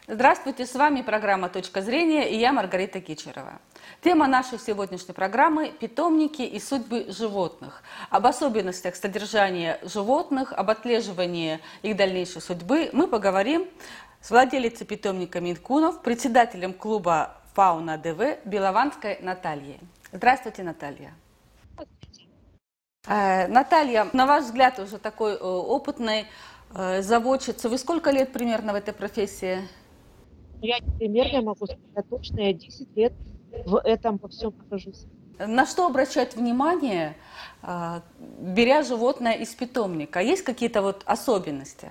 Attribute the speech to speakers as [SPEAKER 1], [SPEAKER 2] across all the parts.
[SPEAKER 1] Здравствуйте, с вами программа «Точка зрения» и я Маргарита Кичерова. Тема нашей сегодняшней программы – питомники и судьбы животных. Об особенностях содержания животных, об отслеживании их дальнейшей судьбы мы поговорим с владелицей питомника Минкунов, председателем клуба «Фауна ДВ» Белованской Натальей. Здравствуйте, Наталья. Наталья, на ваш взгляд, уже такой опытной заводчицы, вы сколько лет примерно в этой профессии?
[SPEAKER 2] Я примерно могу сказать точно, я 10 лет в этом во всем нахожусь.
[SPEAKER 1] На что обращать внимание, беря животное из питомника? Есть какие-то вот особенности?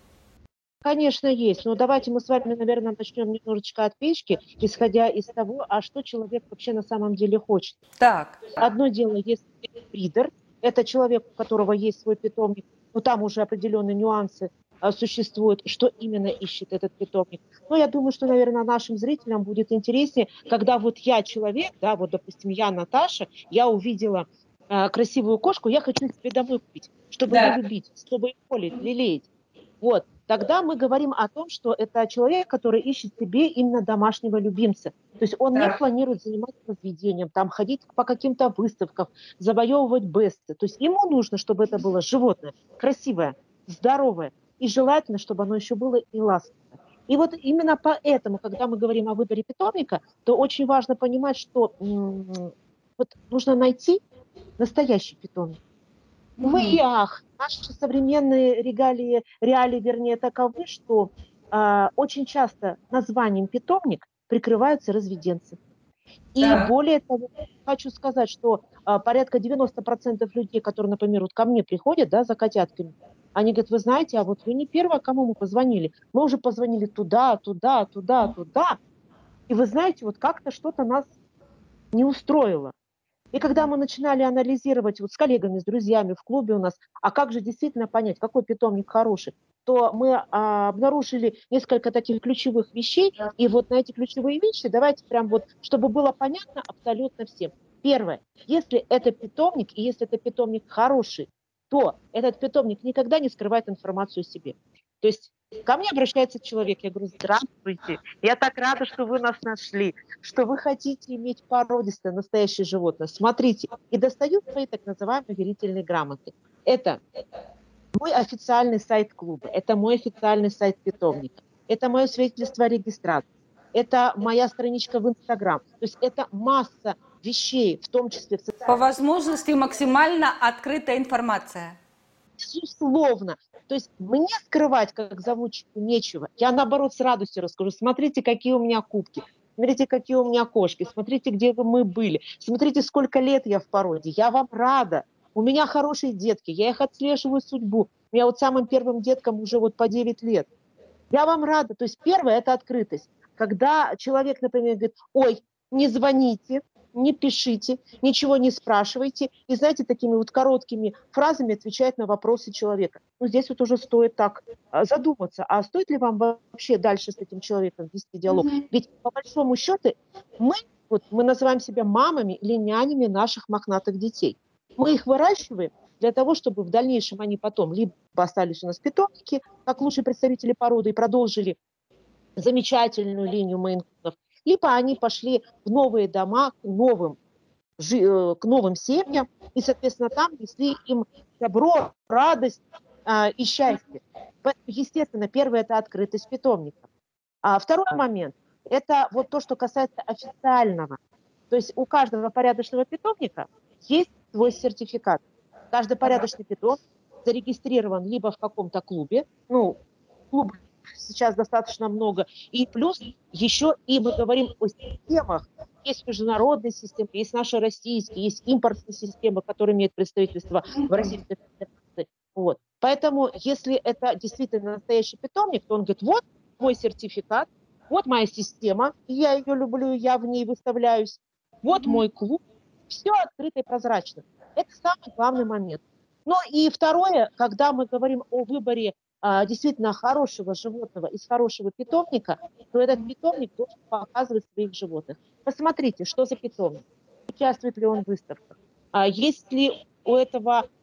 [SPEAKER 2] Конечно, есть. Но давайте мы с вами, наверное, начнем немножечко от печки, исходя из того, а что человек вообще на самом деле хочет.
[SPEAKER 1] Так,
[SPEAKER 2] Одно дело, если бридер, это человек, у которого есть свой питомник, но там уже определенные нюансы существуют, что именно ищет этот питомник. Но я думаю, что, наверное, нашим зрителям будет интереснее, когда вот я человек, да, вот, допустим, я Наташа, я увидела красивую кошку, я хочу себе домой купить, чтобы ее
[SPEAKER 1] да.
[SPEAKER 2] любить, чтобы ее холить, лелеять. Вот. Тогда мы говорим о том, что это человек, который ищет себе именно домашнего любимца. То есть он не
[SPEAKER 1] Так.
[SPEAKER 2] планирует заниматься разведением, там, ходить по каким-то выставкам, завоевывать бесты. То есть ему нужно, чтобы это было животное красивое, здоровое, и желательно, чтобы оно еще было и ласковое. И вот именно поэтому, когда мы говорим о выборе питомника, то очень важно понимать, что вот нужно найти настоящий питомник. Увы и ах, наши современные реалии, вернее, таковы, что очень часто названием питомник прикрываются разведенцы. И
[SPEAKER 1] Так.
[SPEAKER 2] более того, хочу сказать, что порядка 90% людей, которые, например, вот ко мне приходят, да, за котятками, они говорят: вы знаете, а вот вы не первая, кому мы позвонили. Мы уже позвонили туда, туда, туда, туда. И вы знаете, вот как-то что-то нас не устроило. И когда мы начинали анализировать вот с коллегами, с друзьями в клубе у нас, а как же действительно понять, какой питомник хороший, то мы обнаружили несколько таких ключевых вещей. И вот на эти ключевые вещи давайте прям вот, чтобы было понятно абсолютно всем. Первое. Если это питомник, и если это питомник хороший, то этот питомник никогда не скрывает информацию о себе. То есть ко мне обращается человек, я говорю: здравствуйте, я так рада, что вы нас нашли, что вы хотите иметь породистое настоящее животное. Смотрите, и достаю свои так называемые верительные грамоты. Это мой официальный сайт клуба, это мой официальный сайт питомника, это мое свидетельство о регистрации, это моя страничка в Инстаграм. То есть это масса вещей, в том числе в
[SPEAKER 1] По возможности максимально открытая информация.
[SPEAKER 2] безусловно. То есть мне скрывать как заводчику нечего. Я, наоборот, с радостью расскажу. Смотрите, какие у меня кубки. Смотрите, какие у меня кошки. Смотрите, где мы были. Смотрите, сколько лет я в породе. Я вам рада. У меня хорошие детки. Я их отслеживаю судьбу. У меня вот самым первым деткам уже вот по 9 лет. Я вам рада. То есть первое – это открытость. Когда человек, например, говорит: ой, не звоните, не пишите, ничего не спрашивайте. И, знаете, такими вот короткими фразами отвечает на вопросы человека. Ну, здесь вот уже стоит так задуматься, а стоит ли вам вообще дальше с этим человеком вести диалог? Ведь по большому счету мы называем себя мамами или нянями наших мохнатых детей. Мы их выращиваем для того, чтобы в дальнейшем они потом либо остались у нас питомники, как лучшие представители породы, и продолжили замечательную линию мейн-кунов, либо они пошли в новые дома, к новым семьям, и, соответственно, там несли им добро, радость и счастье. Поэтому, естественно, первое – это открытость питомника. А второй момент – это вот то, что касается официального. То есть у каждого порядочного питомника есть свой сертификат. Каждый порядочный питомник зарегистрирован либо в каком-то клубе, ну, клубов сейчас достаточно много, и плюс еще и мы говорим о системах. Есть международные системы, есть наши российские, есть импортные системы, которые имеют представительство в Российской Федерации. Вот. Поэтому, если это действительно настоящий питомник, то он говорит: вот мой сертификат, вот моя система, я ее люблю, я в ней выставляюсь, вот мой клуб, все открыто и прозрачно. Это самый главный момент. Ну и второе, когда мы говорим о выборе действительно хорошего животного из хорошего питомника, то этот питомник должен показывать своих животных. Посмотрите, что за питомник, участвует ли он в выставках, есть ли у этого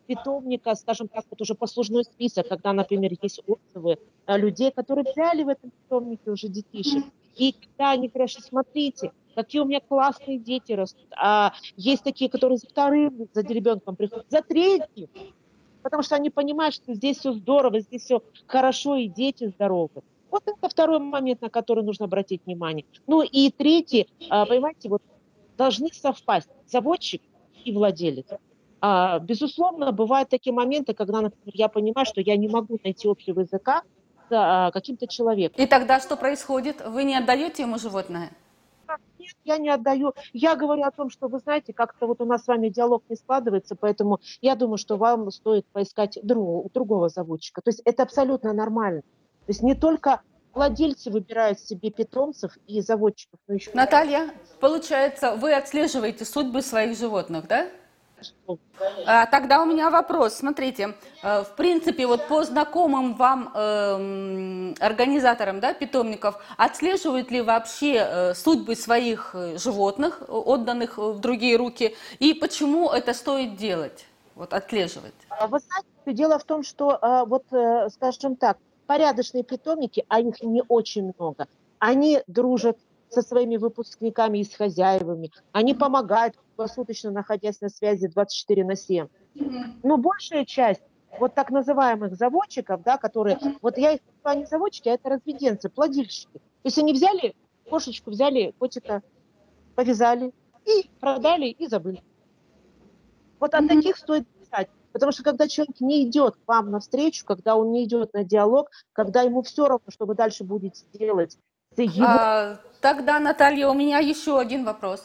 [SPEAKER 2] питомника, скажем так, вот уже послужной список, когда, например, есть отзывы людей, которые взяли в этом питомнике уже детишек. И когда они говорят, что смотрите, какие у меня классные дети растут. А есть такие, которые за вторым, за ребенком приходят, за третьим, потому что они понимают, что здесь все здорово, здесь все хорошо, и дети здоровы. Вот это второй момент, на который нужно обратить внимание. Ну и третий, понимаете, вот должны совпасть заводчик и владелец. Безусловно, бывают такие моменты, когда, например, я понимаю, что я не могу найти общего языка с каким-то человеком.
[SPEAKER 1] И тогда что происходит? Вы не отдаете ему животное?
[SPEAKER 2] Нет, я не отдаю. Я говорю о том, что, вы знаете, как-то вот у нас с вами диалог не складывается, поэтому я думаю, что вам стоит поискать другого заводчика. То есть это абсолютно нормально. То есть не только владельцы выбирают себе питомцев и заводчиков, но еще
[SPEAKER 1] Наталья, получается, вы отслеживаете судьбы своих животных, да? Тогда у меня вопрос. Смотрите, в принципе, вот по знакомым вам организаторам, да, питомников, отслеживают ли вообще судьбы своих животных, отданных в другие руки, и почему это стоит делать, вот отслеживать?
[SPEAKER 2] Вы знаете, дело в том, что, скажем так, порядочные питомники, а их не очень много, они дружат со своими выпускниками и с хозяевами, они помогают круглосуточно, находясь на связи 24/7. Но большая часть вот так называемых заводчиков, да, которые, вот я их называю не заводчики, а это разведенцы, плодильщики. То есть они взяли кошечку, взяли котика, повязали и продали, и забыли. Вот от таких стоит писать. Потому что когда человек не идет к вам навстречу, когда он не идет на диалог, когда ему все равно, что вы дальше будете делать с его...
[SPEAKER 1] Тогда, Наталья, у меня еще один вопрос.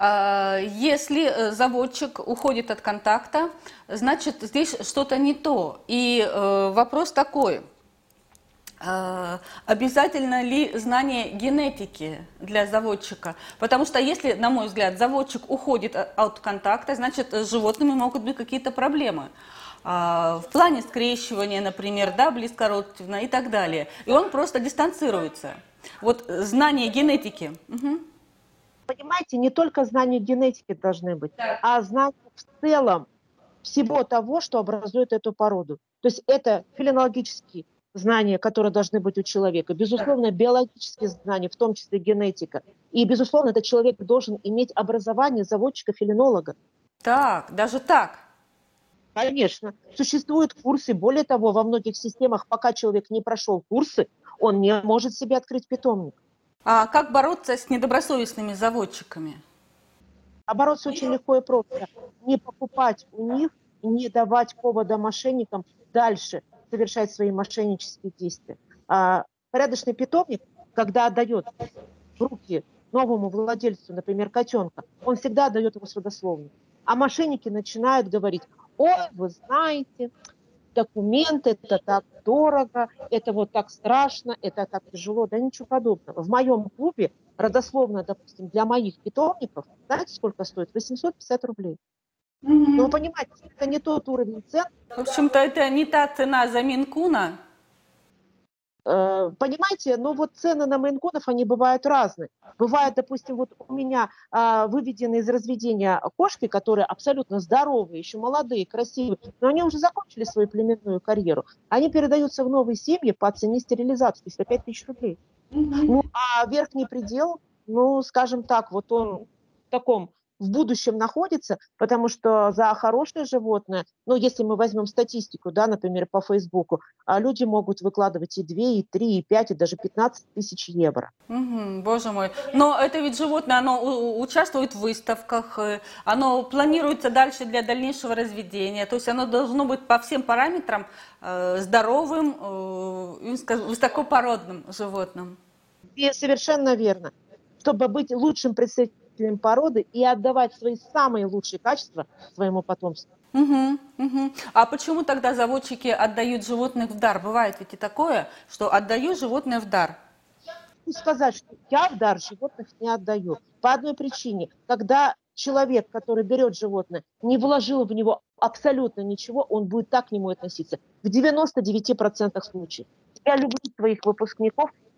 [SPEAKER 1] Если заводчик уходит от контакта, значит, здесь что-то не то. И вопрос такой. Обязательно ли знание генетики для заводчика? Потому что если, на мой взгляд, заводчик уходит от контакта, значит, с животными могут быть какие-то проблемы. В плане скрещивания, например, да, близкородственно и так далее. И он просто дистанцируется. Вот знание генетики. Угу.
[SPEAKER 2] Понимаете, не только знания генетики должны быть, а знания в целом всего того, что образует эту породу. То есть это филинологические знания, которые должны быть у человека, безусловно, биологические знания, в том числе генетика. И, безусловно, этот человек должен иметь образование заводчика-филинолога.
[SPEAKER 1] Так, даже так?
[SPEAKER 2] Конечно. Существуют курсы. Более того, во многих системах, пока человек не прошел курсы, он не может себе открыть питомник.
[SPEAKER 1] А как бороться с недобросовестными заводчиками?
[SPEAKER 2] А бороться очень легко и просто. Не покупать у них, не давать повода мошенникам дальше совершать свои мошеннические действия. Порядочный питомник, когда отдает в руки новому владельцу, например, котенка, он всегда отдает его с родословной. А мошенники начинают говорить: ой, вы знаете, документы, это так дорого, это вот так страшно, это так тяжело. Да ничего подобного. В моем клубе родословно, допустим, для моих питомников, знаете, сколько стоит? 850 рублей. Но вы понимаете, это не тот уровень цен.
[SPEAKER 1] В общем-то, это не та цена за Мейн-куна.
[SPEAKER 2] Понимаете, но вот цены на мейн-кунов, они бывают разные. Бывает, допустим, вот у меня выведены из разведения кошки, которые абсолютно здоровые, еще молодые, красивые, но они уже закончили свою племенную карьеру. Они передаются в новые семьи по цене стерилизации, то есть 5000 рублей. Ну, а верхний предел, ну, скажем так, вот он в таком в будущем находится, потому что за хорошее животное, ну, если мы возьмем статистику, да, например, по Фейсбуку, люди могут выкладывать и 2, и 3, и 5, и даже 15 тысяч евро.
[SPEAKER 1] Боже мой. Но это ведь животное, оно участвует в выставках, оно планируется дальше для дальнейшего разведения, то есть оно должно быть по всем параметрам здоровым, высокопородным животным.
[SPEAKER 2] И совершенно верно. Чтобы быть лучшим представителем породы и отдавать свои самые лучшие качества своему потомству.
[SPEAKER 1] А почему тогда заводчики отдают животных в дар? Бывает ведь и такое, что отдаю животное в дар.
[SPEAKER 2] Не сказать, что я в дар животных не отдаю. По одной причине. Когда человек, который берет животное, не вложил в него абсолютно ничего, он будет так к нему относиться. В 99% случаев. Я люблю своих выпускников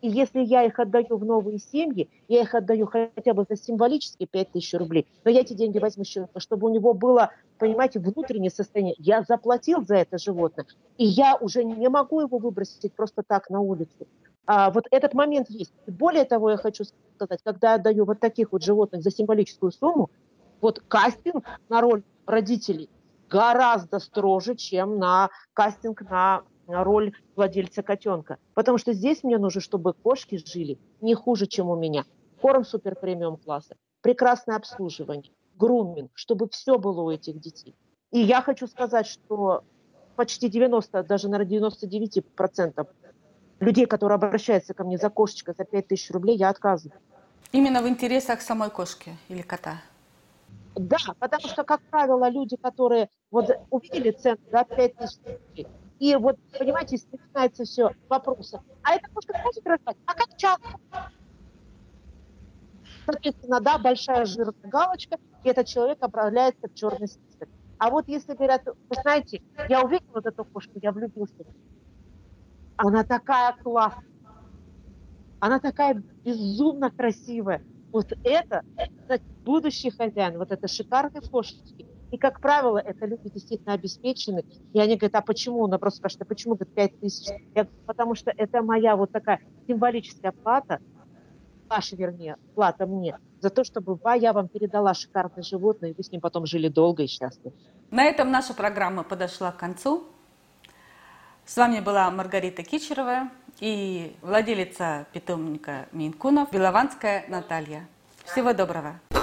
[SPEAKER 2] И если я их отдаю в новые семьи, я их отдаю хотя бы за символические 5000 рублей, но я эти деньги возьму, чтобы у него было, понимаете, внутреннее состояние. Я заплатил за это животное, и я уже не могу его выбросить просто так на улицу. Вот этот момент есть. И более того, я хочу сказать, когда я отдаю вот таких вот животных за символическую сумму, вот кастинг на роль родителей гораздо строже, чем на кастинг на роль владельца котенка. Потому что здесь мне нужно, чтобы кошки жили не хуже, чем у меня. Корм супер премиум класса, прекрасное обслуживание, груминг, чтобы все было у этих детей. И я хочу сказать, что почти 90, даже, наверное, 99% людей, которые обращаются ко мне за кошечкой за 5000 рублей, я отказываю.
[SPEAKER 1] Именно в интересах самой кошки или кота?
[SPEAKER 2] Да, потому что, как правило, люди, которые вот увидели цену, да, 5000 рублей, и вот, понимаете, начинается все вопросы. А эта кошка хватит рожать? А как часто? Соответственно, да, большая жирная галочка, и этот человек отправляется в черный список. А вот если говорят, вы знаете, я увидел вот эту кошку, я влюбился. Она такая классная, она такая безумно красивая. Вот это, значит, будущий хозяин, вот это шикарные кошечки. И, как правило, это люди действительно обеспечены. И они говорят, а почему? Она просто спрашивает, а почему, говорит, 5000? Я говорю, потому что это моя вот такая символическая плата, ваша, вернее, плата мне, за то, чтобы я вам передала шикарное животное, и вы с ним потом жили долго и счастливо.
[SPEAKER 1] На этом наша программа подошла к концу. С вами была Маргарита Кичерова и владелица питомника Мейн-кунов Белованская Наталья. Всего доброго!